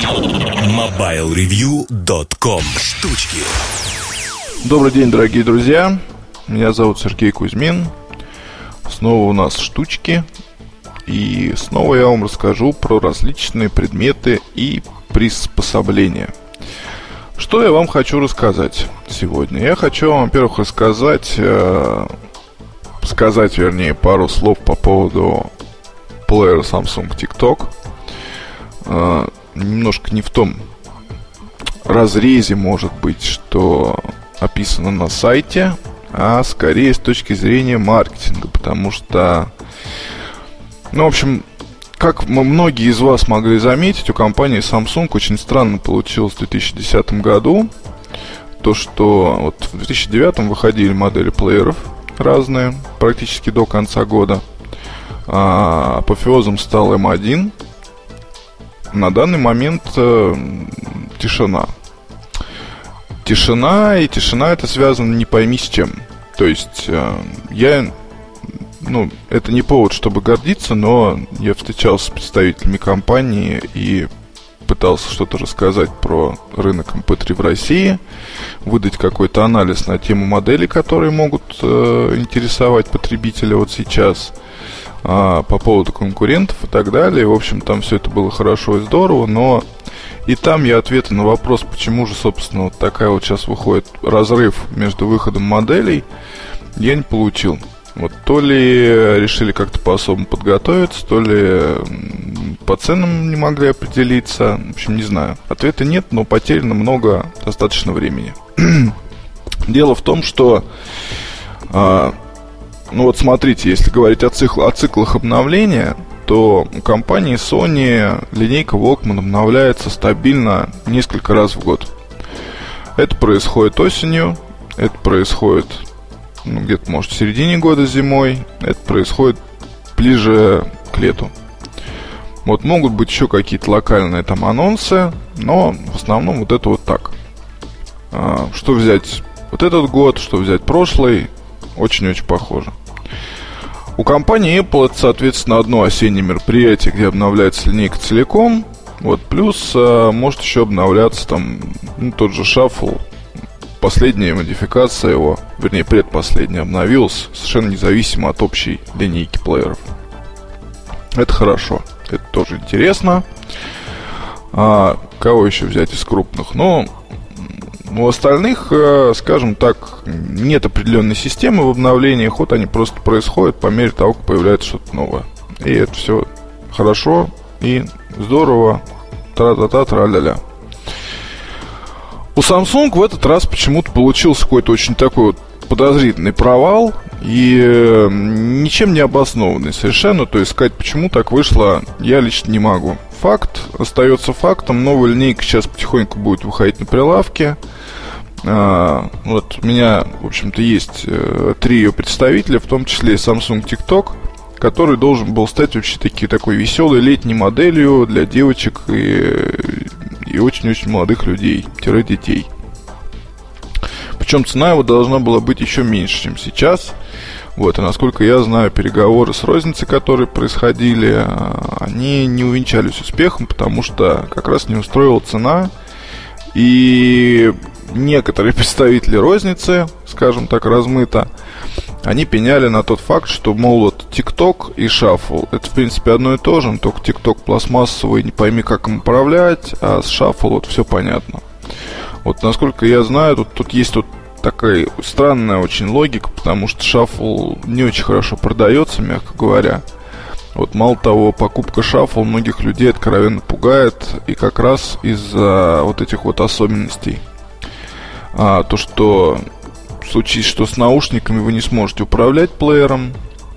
MobileReview.com. Штучки. Добрый день, дорогие друзья. Меня зовут Сергей Кузьмин. Снова у нас штучки. И снова я вам расскажу про различные предметы и приспособления. Что я вам хочу рассказать сегодня? Я хочу вам, во-первых, сказать, пару слов по поводу плеера Samsung TikTok. Немножко не в том разрезе, может быть, что описано на сайте, а скорее с точки зрения маркетинга, потому что, в общем, как многие из вас могли заметить, у компании Samsung очень странно получилось в 2010 году. То, что вот в 2009 выходили модели плееров разные, практически до конца года. Апофеозом стал M1. На данный момент тишина. Тишина это связано не пойми с чем. То есть это не повод, чтобы гордиться, но я встречался с представителями компании и пытался что-то рассказать про рынок MP3 в России, выдать какой-то анализ на тему моделей, которые могут интересовать потребителя вот сейчас, по поводу конкурентов и так далее. В общем, там все это было хорошо и здорово, но и там я ответы на вопрос, почему же, собственно, вот такая вот сейчас выходит разрыв между выходом моделей, я не получил. Вот то ли решили как-то по-особому подготовиться, то ли по ценам не могли определиться. В общем, не знаю. Ответа нет, но потеряно достаточно времени. Дело в том, что смотрите, если говорить о циклах обновления, то у компании Sony линейка Walkman обновляется стабильно несколько раз в год. Это происходит осенью, это происходит где-то, может, в середине года зимой, это происходит ближе к лету. Вот могут быть еще какие-то локальные там анонсы, но в основном вот это вот так. Что взять вот этот год, что взять прошлый, очень-очень похоже. У компании Apple это, соответственно, одно осеннее мероприятие, где обновляется линейка целиком. Вот, плюс может еще обновляться там тот же Shuffle. Последняя модификация его, вернее, предпоследняя, обновилась совершенно независимо от общей линейки плееров. Это хорошо, это тоже интересно. Кого еще взять из крупных? У остальных, скажем так, нет определенной системы в обновлениях. Вот они просто происходят по мере того, как появляется что-то новое. И это все хорошо и здорово. Тра-та-та, тра-ля-ля. У Samsung в этот раз почему-то получился какой-то очень такой вот подозрительный провал и ничем не обоснованный совершенно. То есть сказать, почему так вышло, я лично не могу. Факт остается фактом. Новая линейка сейчас потихоньку будет выходить на прилавки. Вот у меня, в общем-то, есть 3 ее представителя, в том числе и Samsung TikTok, который должен был стать вообще такой веселой летней моделью для девочек и очень-очень молодых людей-детей. Причем цена его должна была быть еще меньше, чем сейчас. Вот, и насколько я знаю, переговоры с розницей, которые происходили, они не увенчались успехом, потому что как раз не устроила цена. И некоторые представители розницы, скажем так, размыто, они пеняли на тот факт, что, мол, вот TikTok и Shuffle это, в принципе, одно и то же, но только TikTok пластмассовый, не пойми, как им управлять, а с Shuffle вот все понятно. Вот, насколько я знаю, тут есть такая странная очень логика, потому что Shuffle не очень хорошо продается, мягко говоря. Вот, мало того, покупка Shuffle многих людей откровенно пугает, и как раз из-за вот этих вот особенностей. То, что случись, что с наушниками вы не сможете управлять плеером,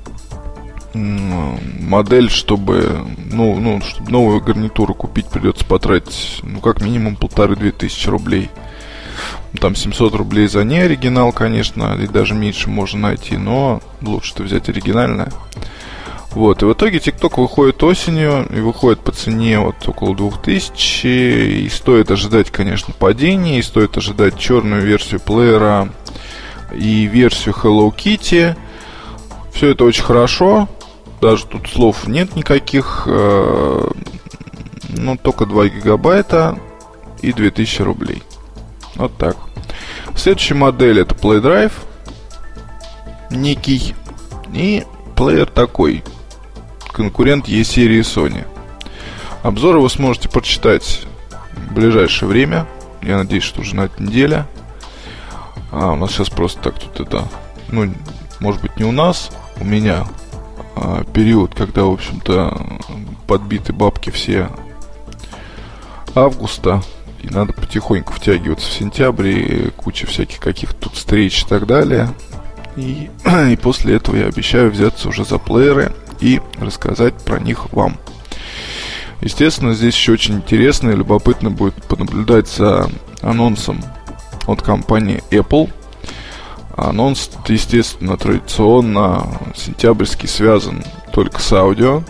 модель, чтобы новую гарнитуру купить, придется потратить, как минимум 1500-2000 рублей. Там 700 рублей за неоригинал, конечно, и даже меньше можно найти, но лучше-то взять оригинальное. Вот, и в итоге TikTok выходит осенью, и выходит по цене вот около 2000, и стоит ожидать, конечно, падения, и стоит ожидать черную версию плеера и версию Hello Kitty. Все это очень хорошо, даже тут слов нет никаких. Ну, только 2 гигабайта и 2000 рублей. Вот так. Следующая модель — это PlayDrive некий. И плеер такой, конкурент E-серии Sony. Обзоры вы сможете прочитать в ближайшее время. Я надеюсь, что уже на этой неделе. У нас сейчас просто так тут это... Ну, может быть, не у нас, у меня период, когда, в общем-то, подбиты бабки все августа. И надо потихоньку втягиваться в сентябрь. И куча всяких каких-то тут встреч и так далее. И после этого я обещаю взяться уже за плееры и рассказать про них вам. Естественно, здесь еще очень интересно и любопытно будет понаблюдать за анонсом от компании Apple. Анонс, естественно, традиционно сентябрьский, связан только с аудио.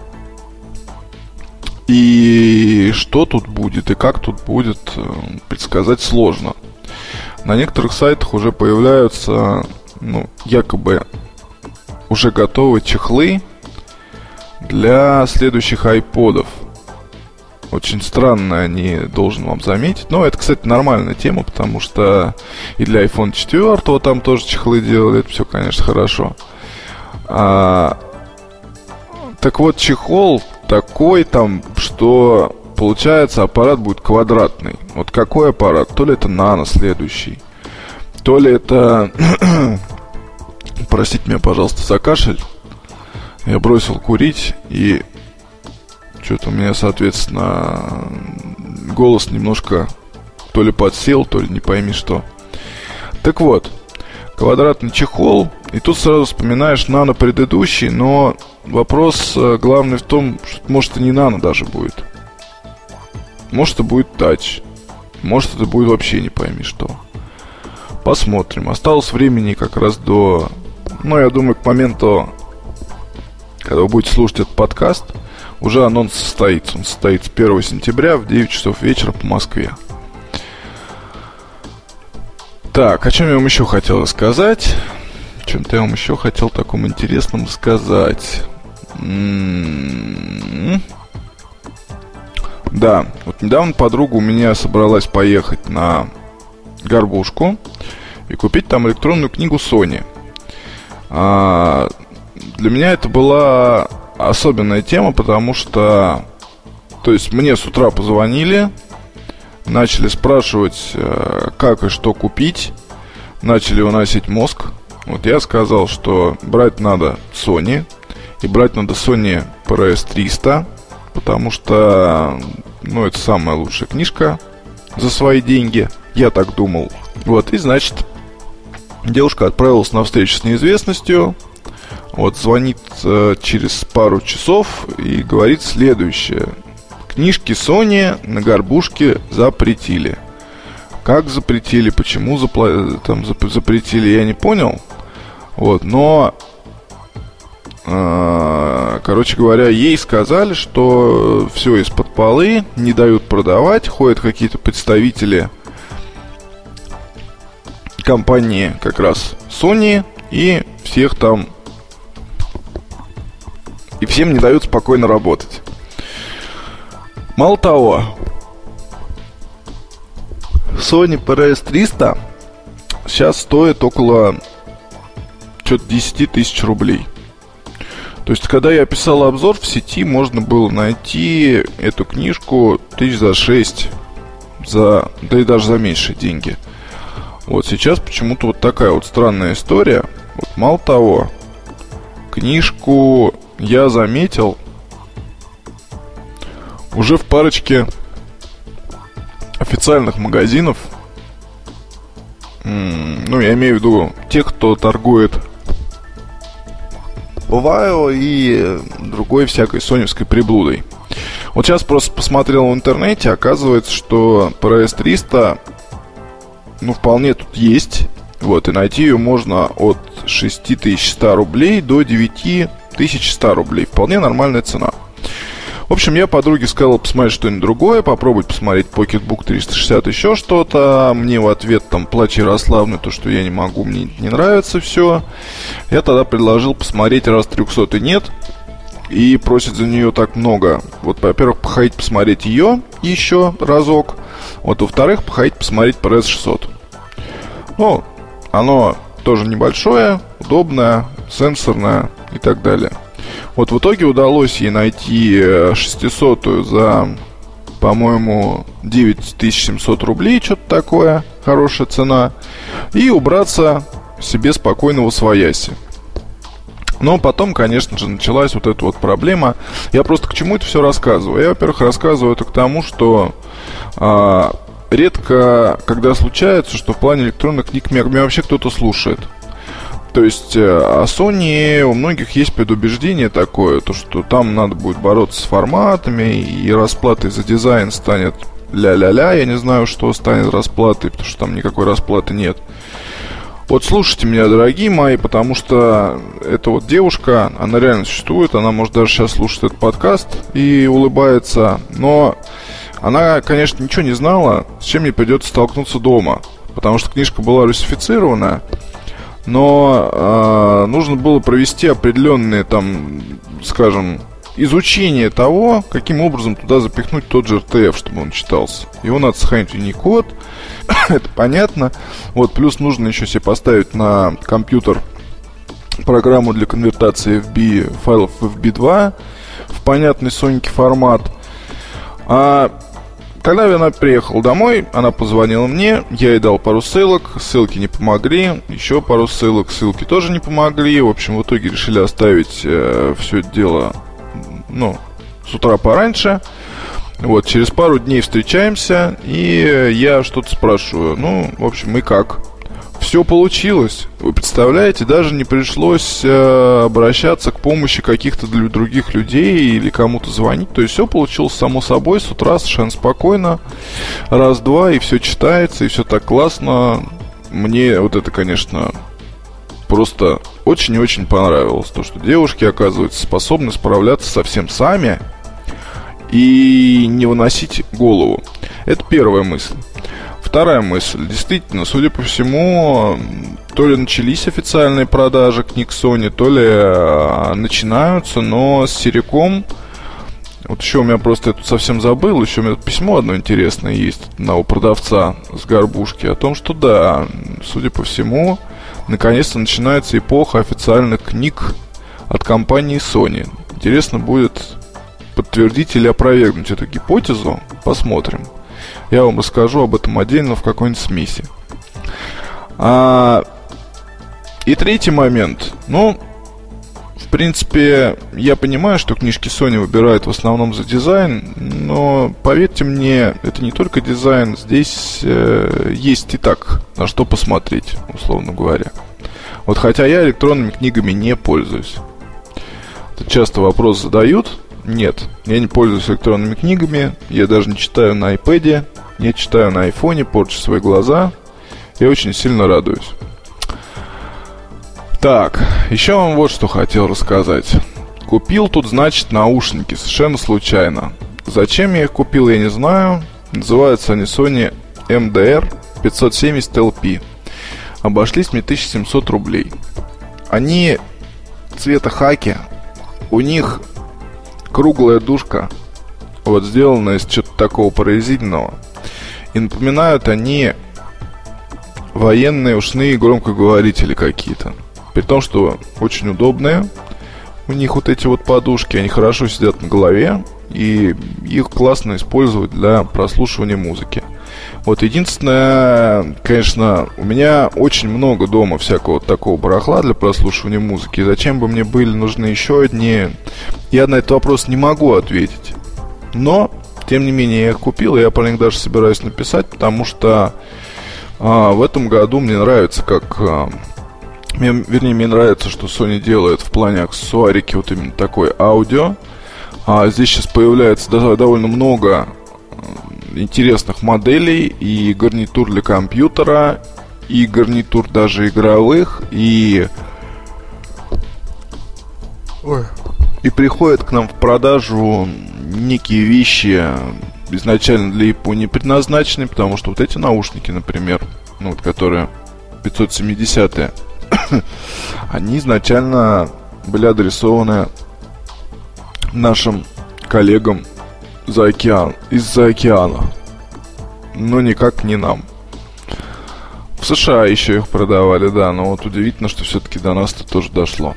И что тут будет и как тут будет, предсказать сложно. На некоторых сайтах уже появляются, якобы уже готовые чехлы для следующих айподов. Очень странно они, должен вам заметить. Но это, кстати, нормальная тема, потому что и для iPhone 4 там тоже чехлы делали. Это все, конечно, хорошо. Так вот, чехол такой там, что получается аппарат будет квадратный. Вот какой аппарат? То ли это нано следующий, то ли это... Простите меня, пожалуйста, за кашель. Я бросил курить, и что-то у меня, соответственно, голос немножко то ли подсел, то ли не пойми что. Так вот, квадратный чехол. И тут сразу вспоминаешь нано предыдущий, но вопрос главный в том, что может и не нано даже будет. Может это будет тач, может это будет вообще не пойми что. Посмотрим. Осталось времени как раз до... я думаю, к моменту, когда вы будете слушать этот подкаст, уже анонс состоится. Он состоится 1 сентября в 9 часов вечера по Москве. Так, о чем я вам еще хотел рассказать? О чем-то я вам еще хотел таком интересном сказать. Да, вот недавно подруга у меня собралась поехать на Горбушку и купить там электронную книгу Sony. Для меня это была особенная тема, потому что, то есть, мне с утра позвонили, начали спрашивать, как и что купить, начали выносить мозг. Вот я сказал, что брать надо Sony, и брать надо Sony ProRes 300, потому что, это самая лучшая книжка за свои деньги, я так думал. Вот, и значит, девушка отправилась на встречу с неизвестностью. Вот, звонит через пару часов и говорит следующее: книжки Sony на Горбушке запретили. Как запретили, почему запретили, я не понял. Вот, но короче говоря, ей сказали, что все из-под полы, не дают продавать. Ходят какие-то представители компании как раз Sony, и всех там, и всем не дают спокойно работать. Мало того, Sony ProRes 300 сейчас стоит около 10 тысяч рублей. То есть, когда я писал обзор, в сети можно было найти эту книжку тысяч за 6, да и даже за меньшие деньги. Вот сейчас почему-то вот такая вот странная история. Вот, мало того, книжку я заметил уже в парочке официальных магазинов. Я имею в виду тех, кто торгует Вайо и другой всякой соневской приблудой. Вот сейчас просто посмотрел в интернете, оказывается, что ProRes 300 вполне тут есть. Вот, и найти ее можно от 6100 рублей до 9100 рублей. Вполне нормальная цена. В общем, я подруге сказал посмотреть что-нибудь другое, попробовать посмотреть PocketBook 360, еще что-то. Мне в ответ там плач Ярославны, то, что я не могу, мне не нравится все. Я тогда предложил посмотреть, раз 300 нет, и просит за нее так много. Вот, во-первых, походить посмотреть ее еще разок. Вот, во-вторых, походить посмотреть ProRes 600. Ну, оно тоже небольшое, удобное, сенсорное и так далее. Вот в итоге удалось ей найти 600-ю за, по-моему, 9700 рублей, что-то такое, хорошая цена, и убраться себе спокойно восвояси. Но потом, конечно же, началась вот эта вот проблема. Я просто к чему это все рассказываю? Я, во-первых, рассказываю это к тому, что редко, когда случается, что в плане электронных книг меня вообще кто-то слушает. То есть о Sony у многих есть предубеждение такое, то что там надо будет бороться с форматами, и расплатой за дизайн станет ля-ля-ля. Я не знаю, что станет расплатой, потому что там никакой расплаты нет. Вот слушайте меня, дорогие мои, потому что эта вот девушка, она реально существует, она может даже сейчас слушать этот подкаст и улыбается, но она, конечно, ничего не знала, с чем ей придется столкнуться дома, потому что книжка была русифицирована, но нужно было провести определенные, там, скажем, изучение того, каким образом туда запихнуть тот же RTF, чтобы он читался. Его надо сохранить в Unicode, это понятно. Вот, плюс нужно еще себе поставить на компьютер программу для конвертации FB, файлов в FB2 в понятный Соньке формат. А когда она приехала домой, она позвонила мне, я ей дал пару ссылок, ссылки не помогли, еще пару ссылок, ссылки тоже не помогли. В общем, в итоге решили оставить все это дело, ну, с утра пораньше. Вот, через пару дней встречаемся, и я что-то спрашиваю. Ну, в общем, и как? Все получилось. Вы представляете, даже не пришлось обращаться к помощи каких-то других людей или кому-то звонить. То есть все получилось само собой, с утра совершенно спокойно. Раз-два, и все читается, и все так классно. Мне вот это, конечно, просто очень и очень понравилось. То, что девушки, оказывается, способны справляться со всем сами и не выносить голову. Это первая мысль. Вторая мысль. Действительно, судя по всему, то ли начались официальные продажи книг Sony, то ли начинаются, но с сериком. Вот еще у меня просто, я тут совсем забыл, еще у меня тут письмо одно интересное есть у продавца с горбушки о том, что да, судя по всему, наконец-то начинается эпоха официальных книг от компании Sony. Интересно будет подтвердить или опровергнуть эту гипотезу. Посмотрим. Я вам расскажу об этом отдельно в какой-нибудь смеси. И третий момент. Ну, в принципе, я понимаю, что книжки Sony выбирают в основном за дизайн, но, поверьте мне, это не только дизайн. Здесь есть и так на что посмотреть, условно говоря. Вот хотя я электронными книгами не пользуюсь. Это часто вопрос задают. Нет, я не пользуюсь электронными книгами. Я даже не читаю на iPad, не читаю на айфоне, порчу свои глаза. Я очень сильно радуюсь. Так, еще вам вот что хотел рассказать. Купил тут, значит, наушники совершенно случайно. Зачем я их купил, я не знаю. Называются они Sony MDR 570 LP. Обошлись мне 1700 рублей. Они цвета хаки. У них круглая дужка, вот, сделана из чего-то такого поразительного. И напоминают они военные ушные громкоговорители какие-то. При том, что очень удобные. У них вот эти вот подушки, они хорошо сидят на голове, и их классно использовать для прослушивания музыки. Вот, единственное, конечно, у меня очень много дома всякого такого барахла для прослушивания музыки. И зачем бы мне были нужны еще одни? Я на этот вопрос не могу ответить. Но, тем не менее, я их купил, и я про них даже собираюсь написать, потому что в этом году мне нравится, как... мне нравится, что Sony делает в плане аксессуарики вот именно такой аудио. Здесь сейчас появляется довольно много интересных моделей, и гарнитур для компьютера, и гарнитур даже игровых, и приходят к нам в продажу некие вещи, изначально для Японии предназначенные, потому что вот эти наушники, например, ну, вот, которые 570-е, они изначально были адресованы нашим коллегам из-за океана. Но никак не нам. В США еще их продавали, да. Но вот удивительно, что все-таки до нас это тоже дошло.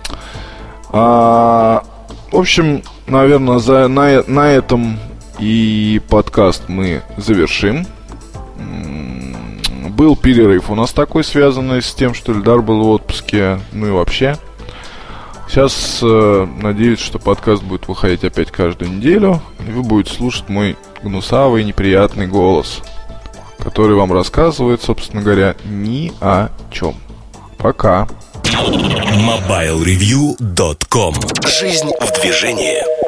В общем, наверное, на этом и подкаст мы завершим. Был перерыв у нас такой, связанный с тем, что Эльдар был в отпуске. Ну и вообще. Сейчас надеюсь, что подкаст будет выходить опять каждую неделю. И вы будете слушать мой гнусавый, неприятный голос, который вам рассказывает, собственно говоря, ни о чем. Пока. MobileReview.com. Жизнь в движении.